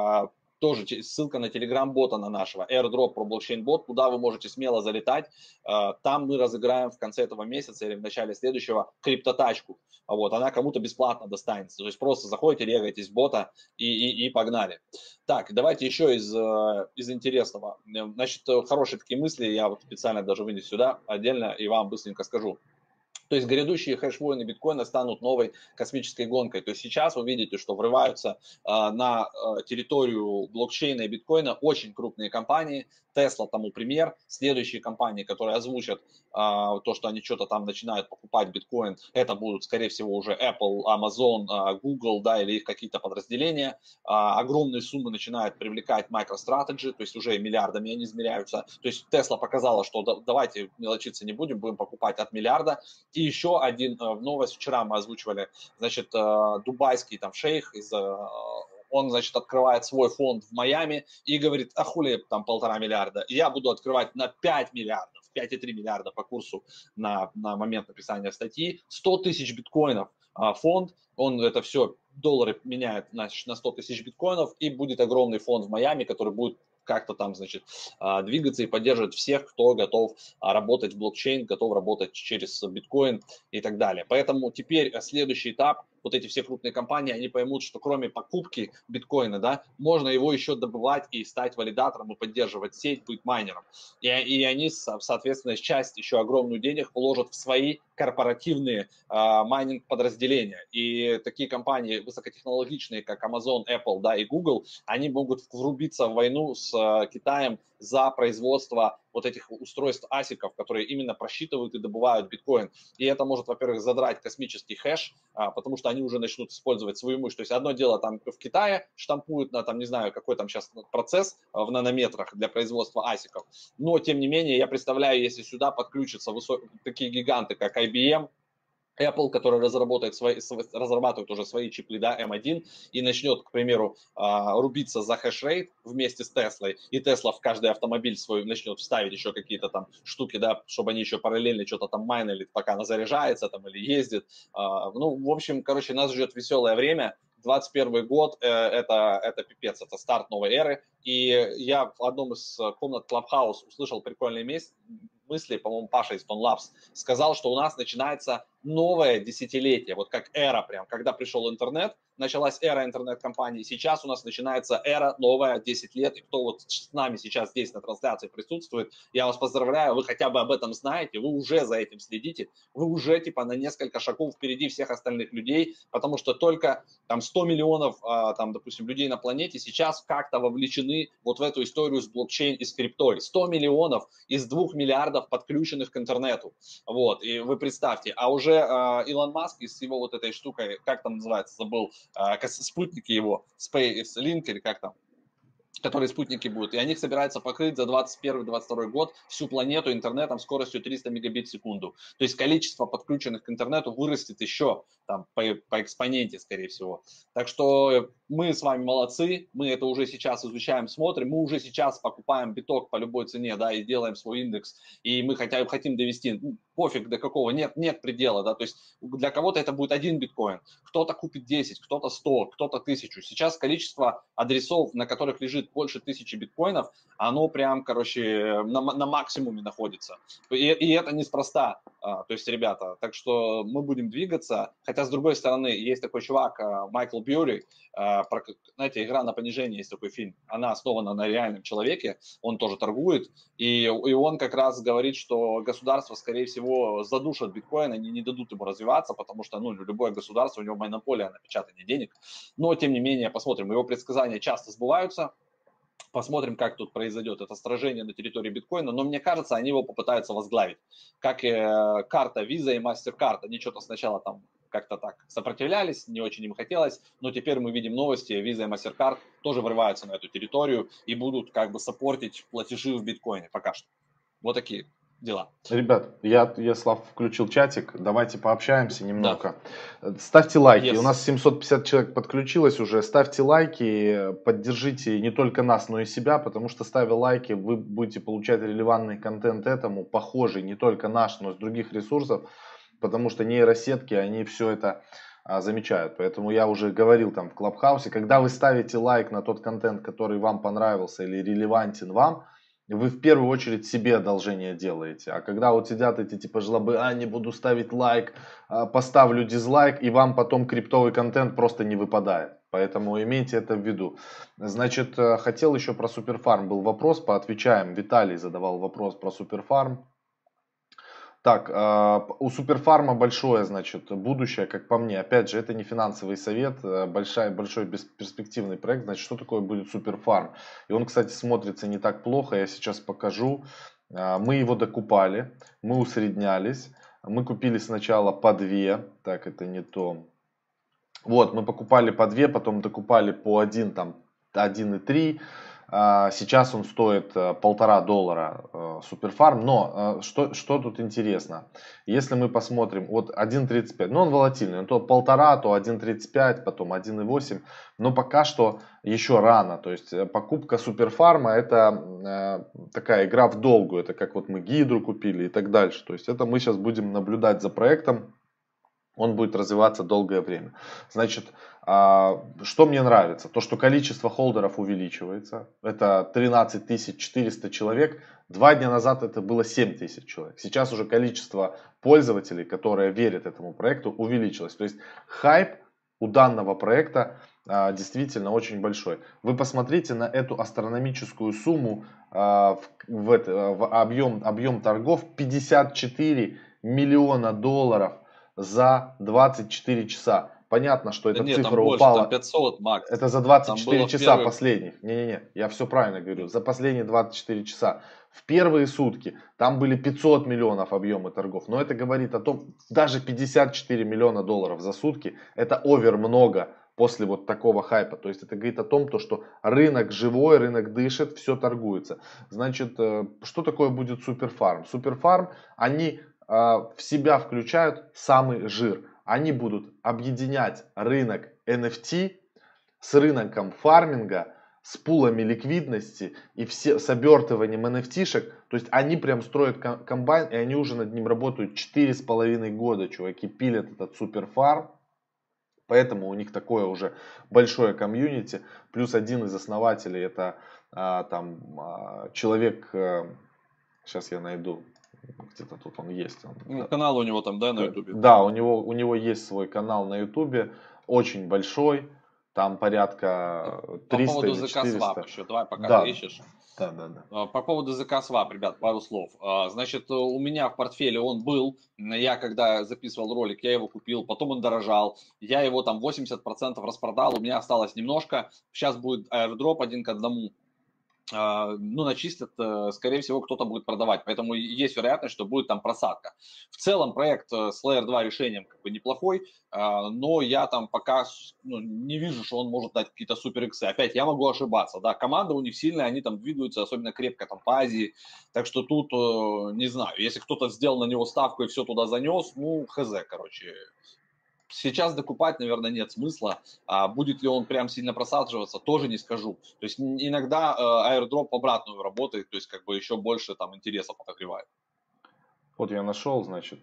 тоже ссылка на Telegram-бота на нашего, AirDrop про блокчейн-бот, куда вы можете смело залетать. Там мы разыграем в конце этого месяца или в начале следующего криптотачку. Вот, она кому-то бесплатно достанется. То есть просто заходите, регаетесь в бота и погнали. Так, давайте еще из интересного. Значит, хорошие такие мысли, я вот специально даже вынес сюда отдельно и вам быстренько скажу. То есть грядущие хэш-войны биткоина станут новой космической гонкой. То есть сейчас вы видите, что врываются на территорию блокчейна и биткоина очень крупные компании. Tesla тому пример. Следующие компании, которые озвучат то, что они что-то там начинают покупать биткоин, это будут, скорее всего, уже Apple, Amazon, Google, да, или их какие-то подразделения. Огромные суммы начинают привлекать MicroStrategy, то есть уже миллиардами они измеряются. То есть Tesla показала, что давайте мелочиться не будем покупать от миллиарда. И еще один новость, вчера мы озвучивали, значит, дубайский там шейх он, значит, открывает свой фонд в Майами и говорит, а хули там 1,5 миллиарда, и я буду открывать на 5 миллиардов, 5,3 миллиарда по курсу на момент написания статьи, 100 тысяч биткоинов фонд, он это все, доллары меняет, значит, на 100 тысяч биткоинов, и будет огромный фонд в Майами, который будет как-то там, значит, двигаться и поддерживать всех, кто готов работать в блокчейн, готов работать через биткоин и так далее. Поэтому теперь следующий этап, вот эти все крупные компании, они поймут, что кроме покупки биткоина, да, можно его еще добывать и стать валидатором, и поддерживать сеть, быть майнером. И они, соответственно, часть еще огромную денег положат в свои корпоративные майнинг-подразделения. И такие компании высокотехнологичные, как Amazon, Apple, да, и Google, они могут врубиться в войну с Китаем за производство вот этих устройств асиков, которые именно просчитывают и добывают биткоин. И это может, во-первых, задрать космический хэш, потому что они уже начнут использовать свою мощь. То есть одно дело там в Китае штампуют на, там, не знаю, какой там сейчас процесс в нанометрах для производства асиков. Но, тем не менее, я представляю, если сюда подключатся такие гиганты, как IBM, Apple, который разрабатывает уже свои чипы, да, M1, и начнет, к примеру, рубиться за хэшрейт вместе с Теслой, и Тесла в каждый автомобиль свой начнет вставить еще какие-то там штуки, да, чтобы они еще параллельно что-то там майнили, пока она заряжается там или ездит. Ну, в общем, короче, нас ждет веселое время. 21 год это пипец, это старт новой эры. И я в одном из комнат Clubhouse услышал прикольные мысли, по-моему, Паша из FunLabs сказал, что у нас начинается новое десятилетие, вот как эра прям, когда пришел интернет, началась эра интернет-компаний, сейчас у нас начинается эра новая, 10 лет, и кто вот с нами сейчас здесь на трансляции присутствует, я вас поздравляю, вы хотя бы об этом знаете, вы уже за этим следите, вы уже типа на несколько шагов впереди всех остальных людей, потому что только там 100 миллионов, там, допустим, людей на планете сейчас как-то вовлечены вот в эту историю с блокчейн и с криптой. 100 миллионов из 2 миллиардов подключенных к интернету. Вот, и вы представьте, а уже Илон Маск с его вот этой штукой, как там называется, забыл, спутники его, Space Link или как там, которые спутники будут, и они собираются покрыть за 2021-2022 год всю планету интернетом скоростью 300 мегабит в секунду. То есть количество подключенных к интернету вырастет еще там, по экспоненте, скорее всего. Так что мы с вами молодцы, мы это уже сейчас изучаем, смотрим, мы уже сейчас покупаем биток по любой цене, да, и делаем свой индекс, и мы хотим довести, пофиг до какого, нет предела, да, то есть для кого-то это будет 1 биткоин, кто-то купит 10, кто-то 100, кто-то 1000. Сейчас количество адресов, на которых лежит больше 1000 биткоинов, оно прям, короче, на максимуме находится. И это неспроста, то есть, ребята, так что мы будем двигаться, хотя, с другой стороны, есть такой чувак, Майкл Бьюри, знаете, «Игра на понижение», есть такой фильм, она основана на реальном человеке, он тоже торгует, и он как раз говорит, что государство, скорее всего, задушат биткоин, они не дадут ему развиваться, потому что, ну, любое государство, у него монополия на печатание денег, но, тем не менее, посмотрим, его предсказания часто сбываются. Посмотрим, как тут произойдет это сражение на территории биткоина, но мне кажется, они его попытаются возглавить. Как карта Visa и MasterCard, они что-то сначала там как-то так сопротивлялись, не очень им хотелось, но теперь мы видим новости, Visa и MasterCard тоже врываются на эту территорию и будут как бы саппортить платежи в биткоине пока что. Вот такие дела. Ребят, я Слав, включил чатик, давайте пообщаемся немного. Да. Ставьте лайки, у нас 750 человек подключилось уже, ставьте лайки, поддержите не только нас, но и себя, потому что, ставя лайки, вы будете получать релевантный контент этому, похожий, не только наш, но и с других ресурсов, потому что нейросетки, они все это замечают. Поэтому я уже говорил там в Клабхаусе, когда вы ставите лайк на тот контент, который вам понравился или релевантен вам, вы в первую очередь себе одолжение делаете. А когда вот сидят эти типа жлобы, не буду ставить лайк, поставлю дизлайк, и вам потом криптовый контент просто не выпадает. Поэтому имейте это в виду. Значит, хотел еще про Суперфарм. Был вопрос, поотвечаем. Виталий задавал вопрос про Суперфарм. Так, у Суперфарма большое, значит, будущее, как по мне. Опять же, это не финансовый совет, большой бесперспективный проект. Значит, что такое будет Суперфарм? И он, кстати, смотрится не так плохо, я сейчас покажу. Мы его докупали, мы усреднялись. Мы купили сначала по 2, так, это не то. Вот, мы покупали по 2, потом докупали по 1, там, 1,3. Сейчас он стоит $1,5 Суперфарм, но что тут интересно, если мы посмотрим, вот 1.35, ну он волатильный, он то 1,5, то 1.35, потом 1.8, но пока что еще рано, то есть покупка Суперфарма это такая игра в долгую, это как вот мы Гидру купили и так дальше, то есть это мы сейчас будем наблюдать за проектом. Он будет развиваться долгое время. Значит, что мне нравится? То, что количество холдеров увеличивается. Это 13 400 человек. 2 дня назад это было 7 тысяч человек. Сейчас уже количество пользователей, которые верят этому проекту, увеличилось. То есть хайп у данного проекта действительно очень большой. Вы посмотрите на эту астрономическую сумму, в объем торгов $54 миллиона за 24 часа. Понятно, что Да эта нет, там цифра больше, упала. там 500 макс. Это за Там 24 было в часа первые... последних. Не-не-не, я все правильно говорю. За последние 24 часа. В первые сутки там были 500 миллионов объемы торгов. Но это говорит о том, даже 54 миллиона долларов за сутки, это овер много после вот такого хайпа. То есть это говорит о том, что рынок живой, рынок дышит, все торгуется. Значит, что такое будет суперфарм? Суперфарм, они в себя включают самый жир. Они будут объединять рынок NFT с рынком фарминга, с пулами ликвидности и все, с обертыванием NFT-шек. То есть они прям строят комбайн, и они уже над ним работают 4,5 года. Чуваки пилят этот суперфарм. Поэтому у них такое уже большое комьюнити. Плюс один из основателей, это человек, сейчас я найду, где-то тут он есть. Канал у него там, да, на ютубе? Да, у него есть свой канал на ютубе, очень большой, там порядка 300 По поводу или ZK 400. Swap еще, давай пока Да. ты ищешь. Да. По поводу ZK Swap, ребят, пару слов. Значит, у меня в портфеле он был, я когда записывал ролик, я его купил, потом он дорожал, я его там 80% распродал, у меня осталось немножко, сейчас будет airdrop 1 к 1. Начистят, скорее всего, кто-то будет продавать. Поэтому есть вероятность, что будет там просадка. В целом проект с Layer 2 решением как бы неплохой, но я там пока не вижу, что он может дать какие-то супер иксы. Опять, я могу ошибаться. Да, команда у них сильная, они там двигаются особенно крепко там по Азии. Так что тут, не знаю, если кто-то сделал на него ставку и все туда занес, хз, короче. Сейчас докупать, наверное, нет смысла. А будет ли он прям сильно просаживаться, тоже не скажу. То есть иногда airdrop в обратную работает, то есть как бы еще больше там интереса подогревает. Вот я нашел, значит,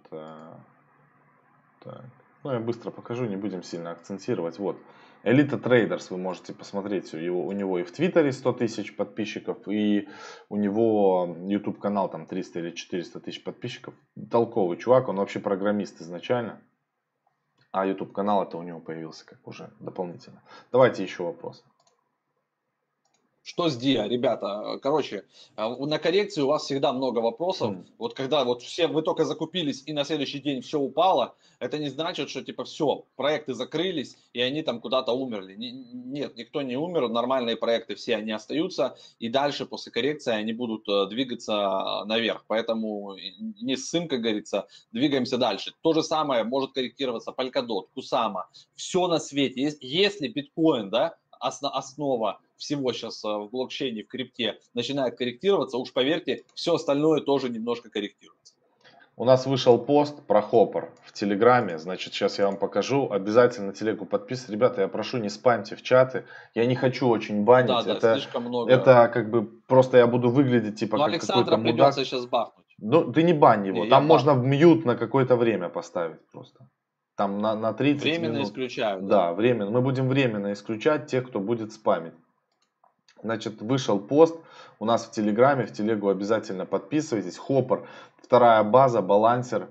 так. Я быстро покажу, не будем сильно акцентировать. Вот, Elite Traders, вы можете посмотреть, у него и в Твиттере 100 тысяч подписчиков, и у него YouTube канал там 300 или 400 тысяч подписчиков. Толковый чувак, он вообще программист изначально. А YouTube канал это у него появился как уже дополнительно. Давайте еще вопрос. Что с DIA, ребята? Короче, на коррекции у вас всегда много вопросов. Вот когда вот вы только закупились и на следующий день все упало, это не значит, что типа все, проекты закрылись и они там куда-то умерли. Нет, никто не умер, нормальные проекты все они остаются и дальше после коррекции они будут двигаться наверх. Поэтому не ссым, как говорится, двигаемся дальше. То же самое может корректироваться Polkadot, Kusama, все на свете. Если биткоин, да, основа всего сейчас в блокчейне, в крипте начинает корректироваться, уж поверьте, все остальное тоже немножко корректируется. У нас вышел пост про Хоппер в Телеграме, значит, сейчас я вам покажу. Обязательно телегу подписывайтесь. Ребята, я прошу, не спамьте в чаты. Я не хочу очень банить. Да, это, слишком много. Это как бы просто я буду выглядеть типа как Александра какой-то мудак. придется сейчас бахнуть. Ты не бань его, там можно в мьют на какое-то время поставить просто. Там на 30 временно минут. Исключают. Да, временно. Мы будем временно исключать тех, кто будет спамить. Значит, вышел пост у нас в Телеграме, в телегу обязательно подписывайтесь. Хоппер, вторая база, балансер,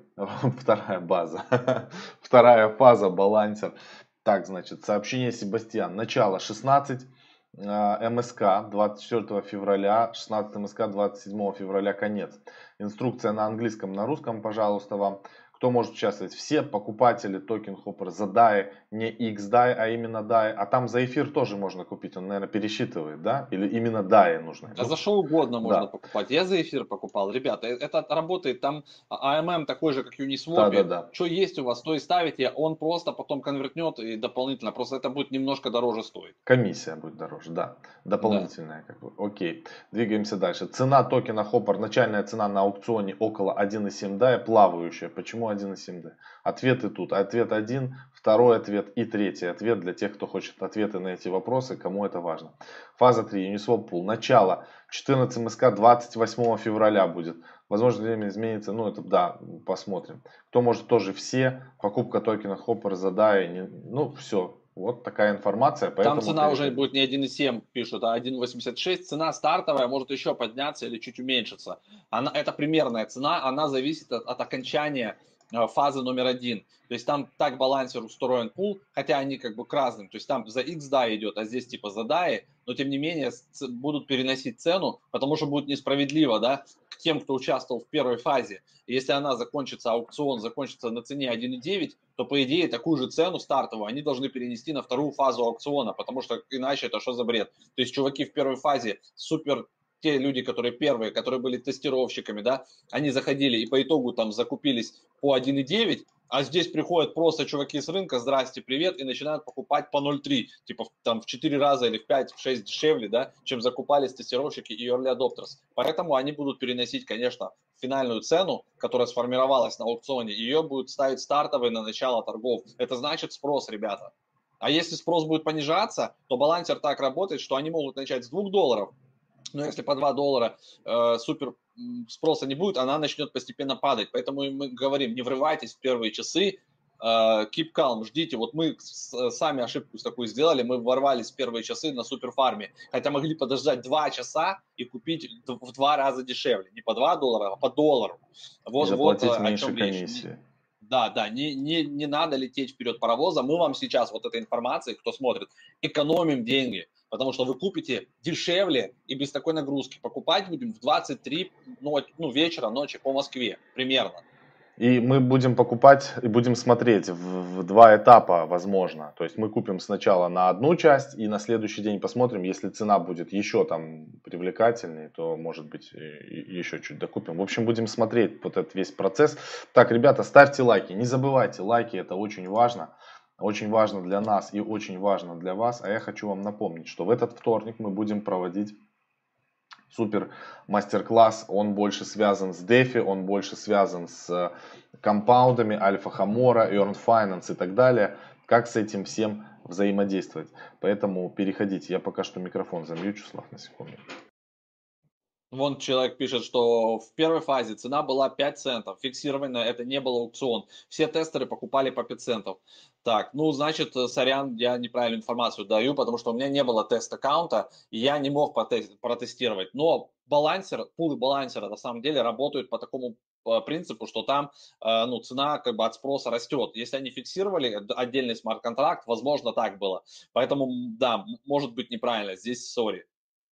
вторая фаза, балансер. Так, значит, сообщение Себастьян. Начало 16 МСК 24 февраля, 16 МСК 27 февраля, конец. Инструкция на английском, на русском, пожалуйста, вам. Кто может участвовать? Все покупатели токен Хоппер за DAI, не XDAI, а именно DAI. А там за эфир тоже можно купить, он, наверное, пересчитывает, да? Или именно DAI нужно? А за что угодно можно покупать. Я за эфир покупал. Ребята, это работает, там AMM такой же, как Uniswap. Да. Что есть у вас, то и ставите. Он просто потом конвертнет и дополнительно. Просто это будет немножко дороже стоить. Комиссия будет дороже, да. Дополнительная, как бы. Окей. Двигаемся дальше. Цена токена Хоппер, начальная цена на аукционе около 1,7 DAI, плавающая. Почему 1,7 DAI? Ответы тут. Ответ 1, второй ответ и третий ответ для тех, кто хочет ответы на эти вопросы, кому это важно. Фаза 3, Uniswap Pool. Начало 14 МСК 28 февраля будет. Возможно, время изменится. Это да, посмотрим. Кто может тоже все. Покупка токена Хоппер за DAI. Все. Вот такая информация. Там цена уже будет не 1,7 пишут, а 1,86. Цена стартовая может еще подняться или чуть уменьшиться. Это примерная цена. Она зависит от окончания фазы номер 1. То есть там так балансер устроен пул, хотя они как бы к разным. То есть там за X DAI идет, а здесь типа за DAI, но тем не менее будут переносить цену, потому что будет несправедливо, да, к тем, кто участвовал в первой фазе. Если она закончится, аукцион закончится на цене 1.9, то по идее такую же цену стартовую они должны перенести на вторую фазу аукциона, потому что иначе это что за бред? То есть чуваки в первой фазе супер, те люди, которые первые, которые были тестировщиками, да, они заходили и по итогу там закупились по 1.9, а здесь приходят просто чуваки с рынка, здрасте, привет, и начинают покупать по 0.3, типа там в 4 раза или в 5, в 6 дешевле, да, чем закупались тестировщики и early adopters. Поэтому они будут переносить, конечно, финальную цену, которая сформировалась на аукционе, ее будут ставить стартовой на начало торгов. Это значит спрос, ребята. А если спрос будет понижаться, то балансер так работает, что они могут начать с $2, но если по $2 супер спроса не будет, она начнет постепенно падать. Поэтому мы говорим, не врывайтесь в первые часы, keep calm, ждите. Вот мы сами ошибку такую сделали, мы ворвались в первые часы на суперфарме, хотя могли подождать 2 часа и купить в 2 раза дешевле. Не по $2, а по $1. Вот, заплатить вот меньше комиссии. Да, не надо лететь вперед паровоза. Мы вам сейчас вот этой информацией, кто смотрит, экономим деньги. Потому что вы купите дешевле и без такой нагрузки. Покупать будем в 23 вечера, ночи по Москве примерно. И мы будем покупать и будем смотреть в 2 этапа, возможно. То есть мы купим сначала на одну часть и на следующий день посмотрим. Если цена будет еще там привлекательней, то может быть еще чуть докупим. В общем, будем смотреть вот этот весь процесс. Так, ребята, ставьте лайки. Не забывайте, лайки это очень важно. Очень важно для нас и очень важно для вас. А я хочу вам напомнить, что в этот вторник мы будем проводить супер мастер-класс. Он больше связан с DeFi, он больше связан с компаундами, Альфа Хамора, Earn Finance и так далее. Как с этим всем взаимодействовать. Поэтому переходите. Я пока что микрофон замьючу, Слав, на секунду. Вон человек пишет, что в первой фазе цена была 5 центов. Фиксированная, это не был аукцион. Все тестеры покупали по 5 центов. Так, ну, значит, сорян, я неправильную информацию даю, потому что у меня не было тест-аккаунта, и я не мог протестировать. Но балансер, пулы балансера на самом деле работают по такому принципу, что там цена как бы от спроса растет. Если они фиксировали отдельный смарт-контракт, возможно, так было. Поэтому, да, может быть неправильно. Здесь сори.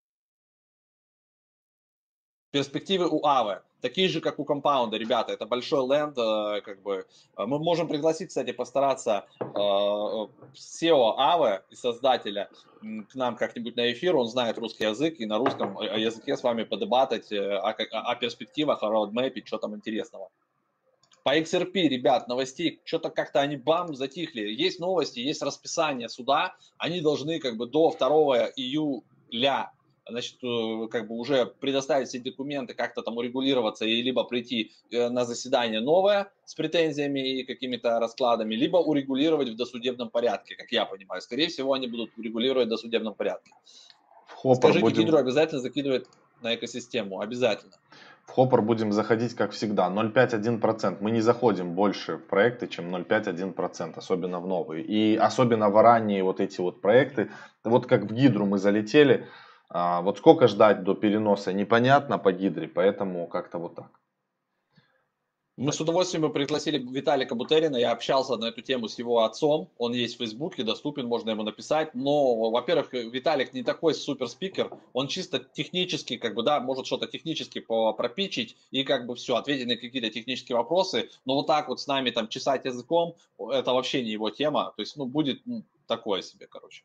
Перспективы у Aave такие же, как у компаунда, ребята. Это большой ленд, как бы. Мы можем пригласить, кстати, постараться SEO Aave и создателя к нам как-нибудь на эфир. Он знает русский язык, и на русском языке с вами подебатать о перспективах, о роудмэпе, что там интересного. По XRP, ребят, новостей, что-то как-то они затихли. Есть новости, есть расписание суда. Они должны как бы до 2 июля как бы уже предоставить все документы, как-то там урегулироваться и либо прийти на заседание новое с претензиями и какими-то раскладами, либо урегулировать в досудебном порядке, как я понимаю. Скорее всего, они будут урегулировать в досудебном порядке. Скажите, Гидру обязательно закидывает на экосистему, обязательно. В Хоппер будем заходить, как всегда, 0,5-1%. Мы не заходим больше в проекты, чем 0,5-1%, особенно в новые. И особенно в ранние вот эти вот проекты. Вот как в Гидру мы залетели, вот сколько ждать до переноса, непонятно по Гидре, поэтому как-то вот так. Мы с удовольствием бы пригласили Виталика Бутерина, я общался на эту тему с его отцом, он есть в Фейсбуке, доступен, можно ему написать, но, во-первых, Виталик не такой супер спикер, он чисто технически, как бы, да, может что-то технически пропичить и как бы все, ответить на какие-то технические вопросы, но вот так вот с нами там чесать языком, это вообще не его тема, то есть, будет такое себе, короче.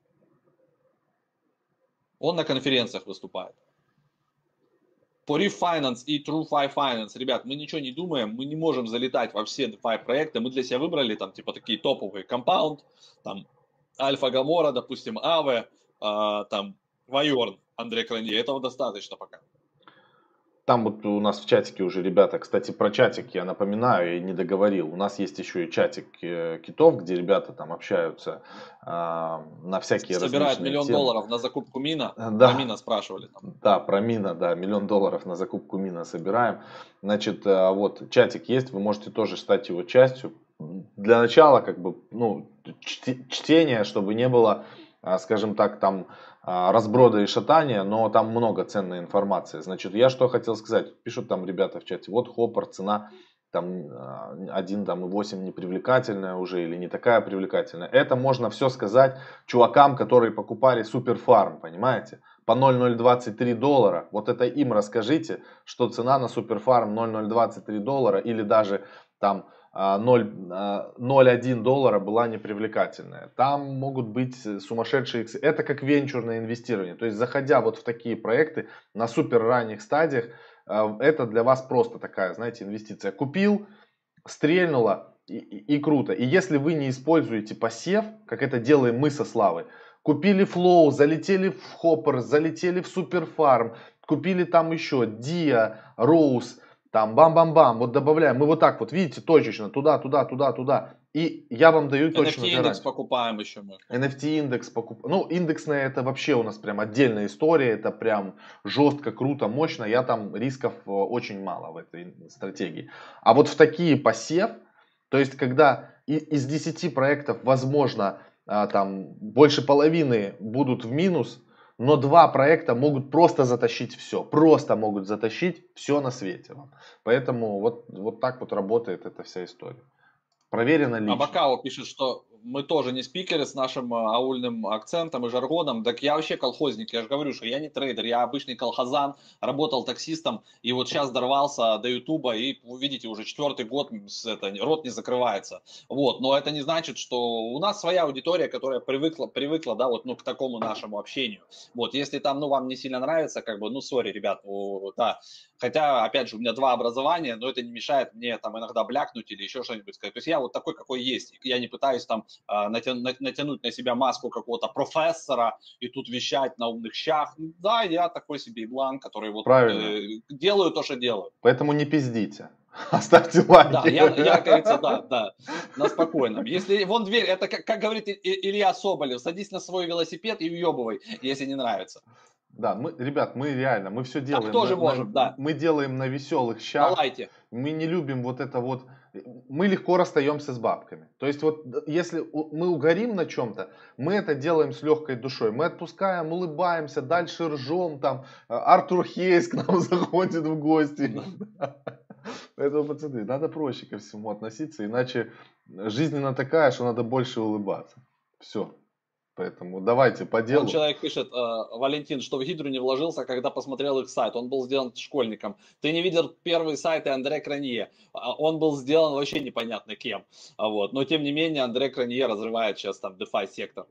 Он на конференциях выступает. По Refinance и TrueFi Finance, ребят, мы ничего не думаем, мы не можем залетать во все DeFi проекты, мы для себя выбрали там типа такие топовые Compound, там Альфа Гамора, допустим, Aave, там Вайорн, Андрей Кранье, этого достаточно пока. Там вот у нас в чатике уже ребята, кстати, про чатик я напоминаю и не договорил. У нас есть еще и чатик китов, где ребята там общаются на всякие собирают различные $1 темы. миллион на закупку мина. Да. Про мина спрашивали. Там. Да, про мина, да, $1 миллион на закупку мина собираем. Значит, вот чатик есть, вы можете тоже стать его частью. Для начала, как бы, чтение, чтобы не было, скажем так, там разброда и шатания, но там много ценной информации. Значит, я что хотел сказать. Пишут там ребята в чате. Вот Хоппер, цена там 1,8 непривлекательная уже или не такая привлекательная. Это можно все сказать чувакам, которые покупали суперфарм, понимаете? По $0,023. Вот это им расскажите, что цена на суперфарм $0,023 или даже там $0,01 была непривлекательная. Там могут быть сумасшедшие... Это как венчурное инвестирование. То есть, заходя вот в такие проекты на супер ранних стадиях, это для вас просто такая, знаете, инвестиция. Купил, стрельнуло и круто. И если вы не используете посев, как это делаем мы со Славой, купили флоу, залетели в хоппер, залетели в суперфарм, купили там еще Диа, Роуз, там бам-бам-бам, вот добавляем. Мы вот так вот, видите, точечно, туда, туда, туда, туда. И я вам даю точно NFT индекс покупаем еще мы. NFT индекс покупаем. Ну, индексная это вообще у нас прям отдельная история. Это прям жестко, круто, мощно. Я там рисков очень мало в этой стратегии. А вот в такие посев, то есть когда из 10 проектов, возможно, там больше половины будут в минус, но 2 проекта могут просто затащить все. Просто могут затащить все на свете. Поэтому вот так вот работает эта вся история. Проверено лично. Абакао пишет, что мы тоже не спикеры с нашим аульным акцентом и жаргоном. Так я вообще колхозник, я же говорю, что я не трейдер, я обычный колхозан, работал таксистом и вот сейчас дорвался до Ютуба и, вы видите, уже 4-й год рот не закрывается. Вот, но это не значит, что у нас своя аудитория, которая привыкла, да, вот, ну, к такому нашему общению. Вот, если там, ну, вам не сильно нравится, как бы, ну, сори, ребят, да. Хотя, опять же, у меня 2 образования, но это не мешает мне там иногда блякнуть или еще что-нибудь сказать. То есть я вот такой, какой есть. Я не пытаюсь там натянуть на себя маску какого-то профессора и тут вещать на умных щах. Да, я такой себе еблан, который вот делаю то, что делаю. Поэтому не пиздите. Оставьте лайки. Да, я как говорится, да, на спокойном. Если вон дверь, это как говорит Илья Соболев, садись на свой велосипед и уебывай, если не нравится. Да, ребят, мы реально, мы все делаем. Так тоже можем, да. Мы делаем на веселых щах. На лайте. Мы не любим вот это вот. Мы легко расстаемся с бабками. То есть вот если мы угорим на чем-то, мы это делаем с легкой душой. Мы отпускаем, улыбаемся, дальше ржем. Там Артур Хейс к нам заходит в гости. Поэтому, пацаны, надо проще ко всему относиться. Иначе жизнь она такая, что надо больше улыбаться. Все. Поэтому давайте по делу. Человек пишет, Валентин, что в Гидру не вложился, когда посмотрел их сайт. Он был сделан школьником. Ты не видел первые сайты Андре Кранье. Он был сделан вообще непонятно кем. Вот. Но тем не менее Андре Кранье разрывает сейчас там DeFi сектор.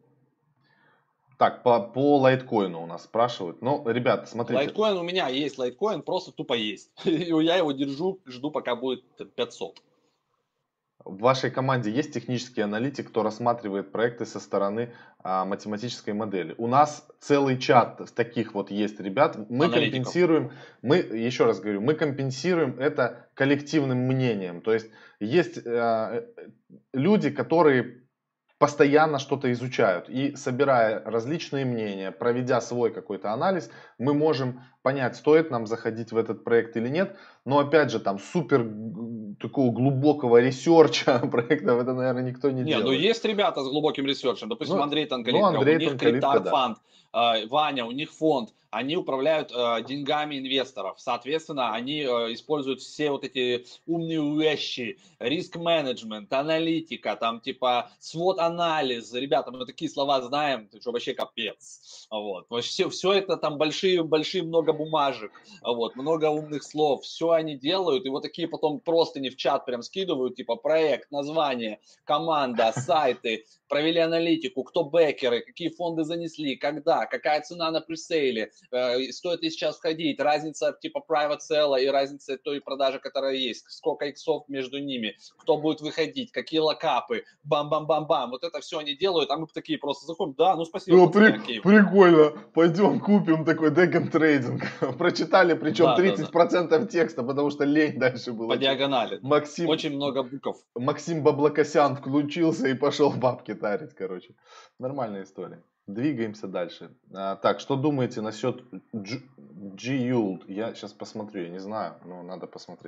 Так, по лайткоину у нас спрашивают. Ну, ребят, смотрите. Лайткоин у меня есть, лайткоин просто тупо есть. Я его держу, жду, пока будет 500. В вашей команде есть технический аналитик, кто рассматривает проекты со стороны математической модели? У нас целый чат таких вот есть ребят. Мы компенсируем, еще раз говорю, мы компенсируем это коллективным мнением. То есть есть люди, которые постоянно что-то изучают. И собирая различные мнения, проведя свой какой-то анализ, мы можем понять, стоит нам заходить в этот проект или нет. Но опять же, там супер такого глубокого ресерча проектов, это, наверное, никто не делает. Ну есть ребята с глубоким ресерчем. Допустим, Андрей Танкалитко, у них криптофанд, Ваня, у них фонд. Они управляют деньгами инвесторов. Соответственно, они используют все вот эти умные вещи. Риск-менеджмент, аналитика, там типа свод-анализ. Ребята, мы такие слова знаем, что вообще капец. Вот. Все это там большие много бумажек, вот, много умных слов. Все они делают. И вот такие потом просто не в чат прям скидывают, типа проект, название, команда, сайты. Провели аналитику, кто бэкеры, какие фонды занесли, когда, какая цена на пресейле, стоит ли сейчас входить, разница типа private sell и разница той продажи, которая есть, сколько иксов между ними, кто будет выходить, какие локапы, бам-бам-бам-бам. Вот это все они делают, а мы такие просто заходим, да, ну спасибо. Прикольно, пойдем купим такой Degon трейдинг. Прочитали, причем 30% текста, потому что лень дальше было. По диагонали. Очень много букв. Максим Баблокосян включился и пошел бабки тарить, короче. Нормальная история. Двигаемся дальше. Так, что думаете насчет G-Yield? Я сейчас посмотрю, я не знаю, но надо посмотреть.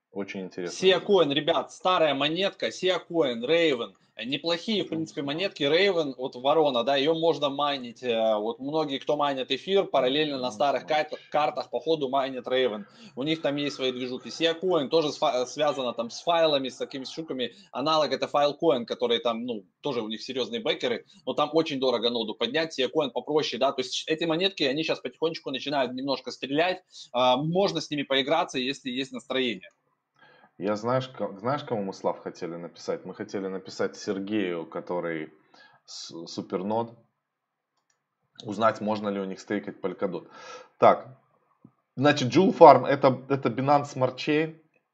Очень интересно. SIA Coin, ребят, старая монетка, SIA Coin, Raven. Неплохие, в принципе, монетки. Raven, вот Ворона, да, ее можно майнить. Вот многие, кто майнит эфир, параллельно на старых картах по ходу майнит Raven. У них там есть свои движухи. SIA Coin тоже связано там с файлами, с такими штуками. Аналог это Filecoin, который там, ну, тоже у них серьезные бэкеры, но там очень дорого ноду поднять. SIA Coin попроще, да, то есть эти монетки, они сейчас потихонечку начинают немножко стрелять. Можно с ними поиграться, если есть настроение. Я знаешь, кому мы, Слав, хотели написать? Мы хотели написать Сергею, который супернод, узнать, можно ли у них стейкать Polkadot. Так, значит, Joule Farm это Binance Smart Chain,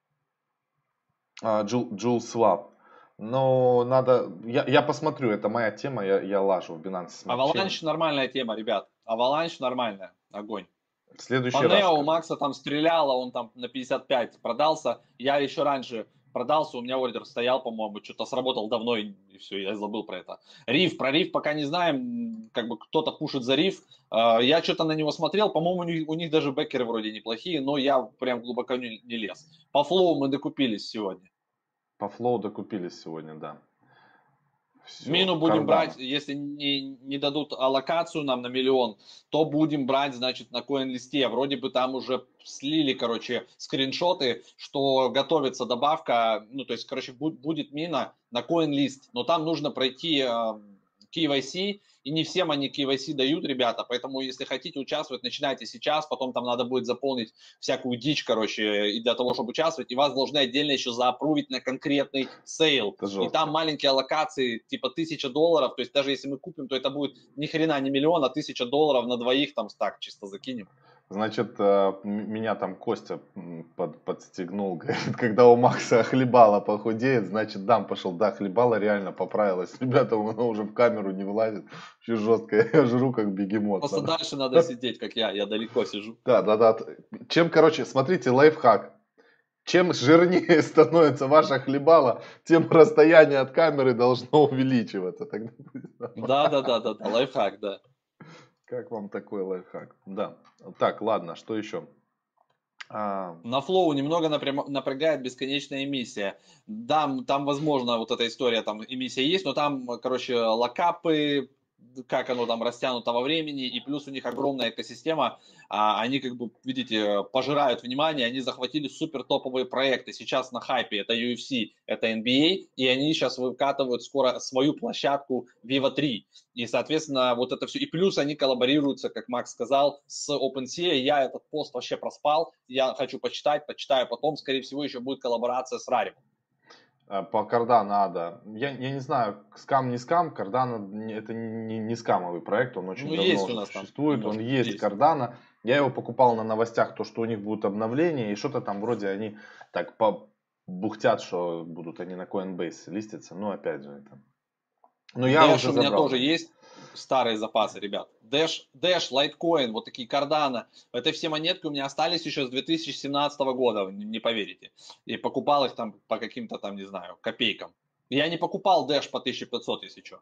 Joule Swap. Но надо, я посмотрю, это моя тема, я лажу в Binance Smart Chain. Avalanche нормальная тема, ребят. Avalanche нормальная, огонь. В следующий По раз. Нео у Макса там стреляло, он там на 55 продался. Я еще раньше продался, у меня ордер стоял, по-моему, что-то сработал давно, и все, я забыл про это. Риф, про Риф пока не знаем, как бы кто-то пушит за Риф. Я что-то на него смотрел, по-моему, у них даже бэкеры вроде неплохие, но я прям глубоко не лез. По флоу мы докупились сегодня. По флоу докупились сегодня, да. Все, Мину будем брать, если не дадут аллокацию нам на 1 миллион, то будем брать, значит, на CoinList. Вроде бы там уже слили, короче, скриншоты, что готовится добавка, ну, то есть, короче, будет мина на CoinList, но там нужно пройти KYC, и не всем они KYC дают, ребята, поэтому, если хотите участвовать, начинайте сейчас, потом там надо будет заполнить всякую дичь, короче, и для того, чтобы участвовать, и вас должны отдельно еще заапрувить на конкретный сейл, и там маленькие аллокации, типа $1000, то есть даже если мы купим, то это будет ни хрена не миллион, а $1000 на двоих, там, так, чисто закинем. Значит, меня там Костя подстегнул, говорит, когда у Макса хлебало похудеет, значит, дам пошел. Да, хлебало реально поправилось. Ребята, оно уже в камеру не влазит. Все жестко, я жру как бегемот. Просто дальше надо сидеть, как я далеко сижу. Да. Чем, короче, смотрите, лайфхак. Чем жирнее становится ваше хлебало, тем расстояние от камеры должно увеличиваться. Да, лайфхак, да. Как вам такой лайфхак? Да. Так, ладно, что еще? На флоу немного напрягает бесконечная эмиссия. Да, там, возможно, вот эта история, там эмиссия есть, но там, короче, локапы, как оно там растянуто во времени, и плюс у них огромная экосистема, они, как бы, видите, пожирают внимание, они захватили супер топовые проекты, сейчас на хайпе, это UFC, это NBA, и они сейчас выкатывают скоро свою площадку Viva 3, и, соответственно, вот это все, и плюс они коллаборируются, как Макс сказал, с OpenSea, я этот пост вообще проспал, я хочу почитаю потом, скорее всего, еще будет коллаборация с Rarible. По Cardano надо. Я не знаю, скам не скам. Cardano это не скамовый проект, он очень давно есть у нас существует. там, он есть Cardano. Я его покупал на новостях, то, что у них будут обновления, и что-то там вроде они так бухтят, что будут они на Coinbase листиться. Но опять же это. Но я Dash уже у меня забрал. тоже есть старые запасы, ребят. Dash, Litecoin, вот такие Cardano. Это все монетки у меня остались еще с 2017 года, не поверите. И покупал их там по каким-то там, не знаю, копейкам. Я не покупал Dash по 1500, если что.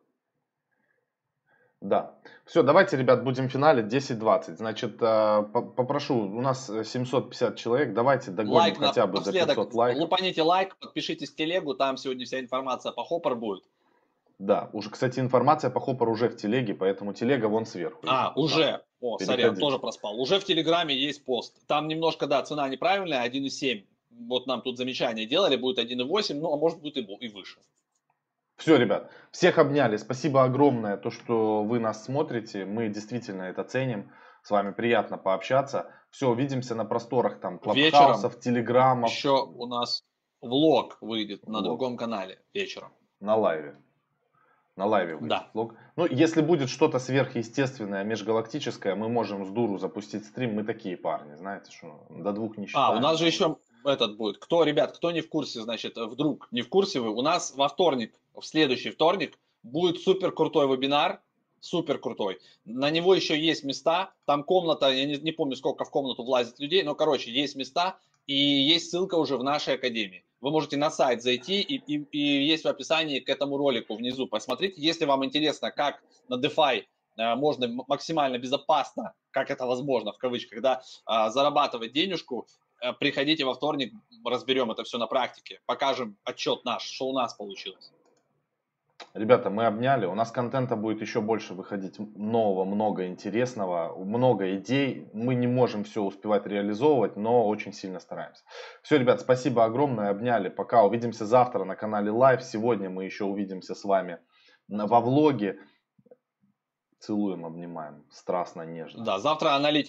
Да. Все, давайте, ребят, будем финалить 10-20. Значит, попрошу, у нас 750 человек, давайте догоним лайк хотя бы до 500 лайков. Лупаните лайк, подпишитесь в телегу, там сегодня вся информация по Hopper будет. Да, уже, кстати, информация по Hopper уже в телеге, поэтому телега вон сверху. Уже. О, сорян, тоже проспал. Уже в Телеграме есть пост. Там немножко, да, цена неправильная, 1,7. Вот нам тут замечание делали, будет 1,8, ну, а может быть и выше. Все, ребят, всех обняли. Спасибо огромное, то, что вы нас смотрите. Мы действительно это ценим. С вами приятно пообщаться. Все, увидимся на просторах там клабхаусов, телеграммов. Еще у нас влог выйдет на другом канале вечером. На лайве. На лайве выйдет влог. Ну, если будет что-то сверхъестественное, межгалактическое, мы можем с дуру запустить стрим. Мы такие парни, знаете, что до 2 не считаем. У нас же еще этот будет. Кто не в курсе, значит, вдруг не в курсе вы, у нас во вторник, в следующий вторник, будет супер крутой вебинар. Супер крутой. На него еще есть места. Там комната, я не помню, сколько в комнату влазит людей, но, короче, есть места. И есть ссылка уже в нашей академии. Вы можете на сайт зайти, и есть в описании к этому ролику внизу. Посмотрите, если вам интересно, как на DeFi можно максимально безопасно, как это возможно, в кавычках, да, зарабатывать денежку. приходите во вторник, разберем это все на практике, покажем отчет наш, что у нас получилось. Ребята, мы обняли. У нас контента будет еще больше выходить нового, много интересного, много идей. Мы не можем все успевать реализовывать, но очень сильно стараемся. Все, ребят, спасибо огромное. Обняли. Пока. Увидимся завтра на канале Live. Сегодня мы еще увидимся с вами во влоге. Целуем, обнимаем. Страстно, нежно. Да, завтра аналитика.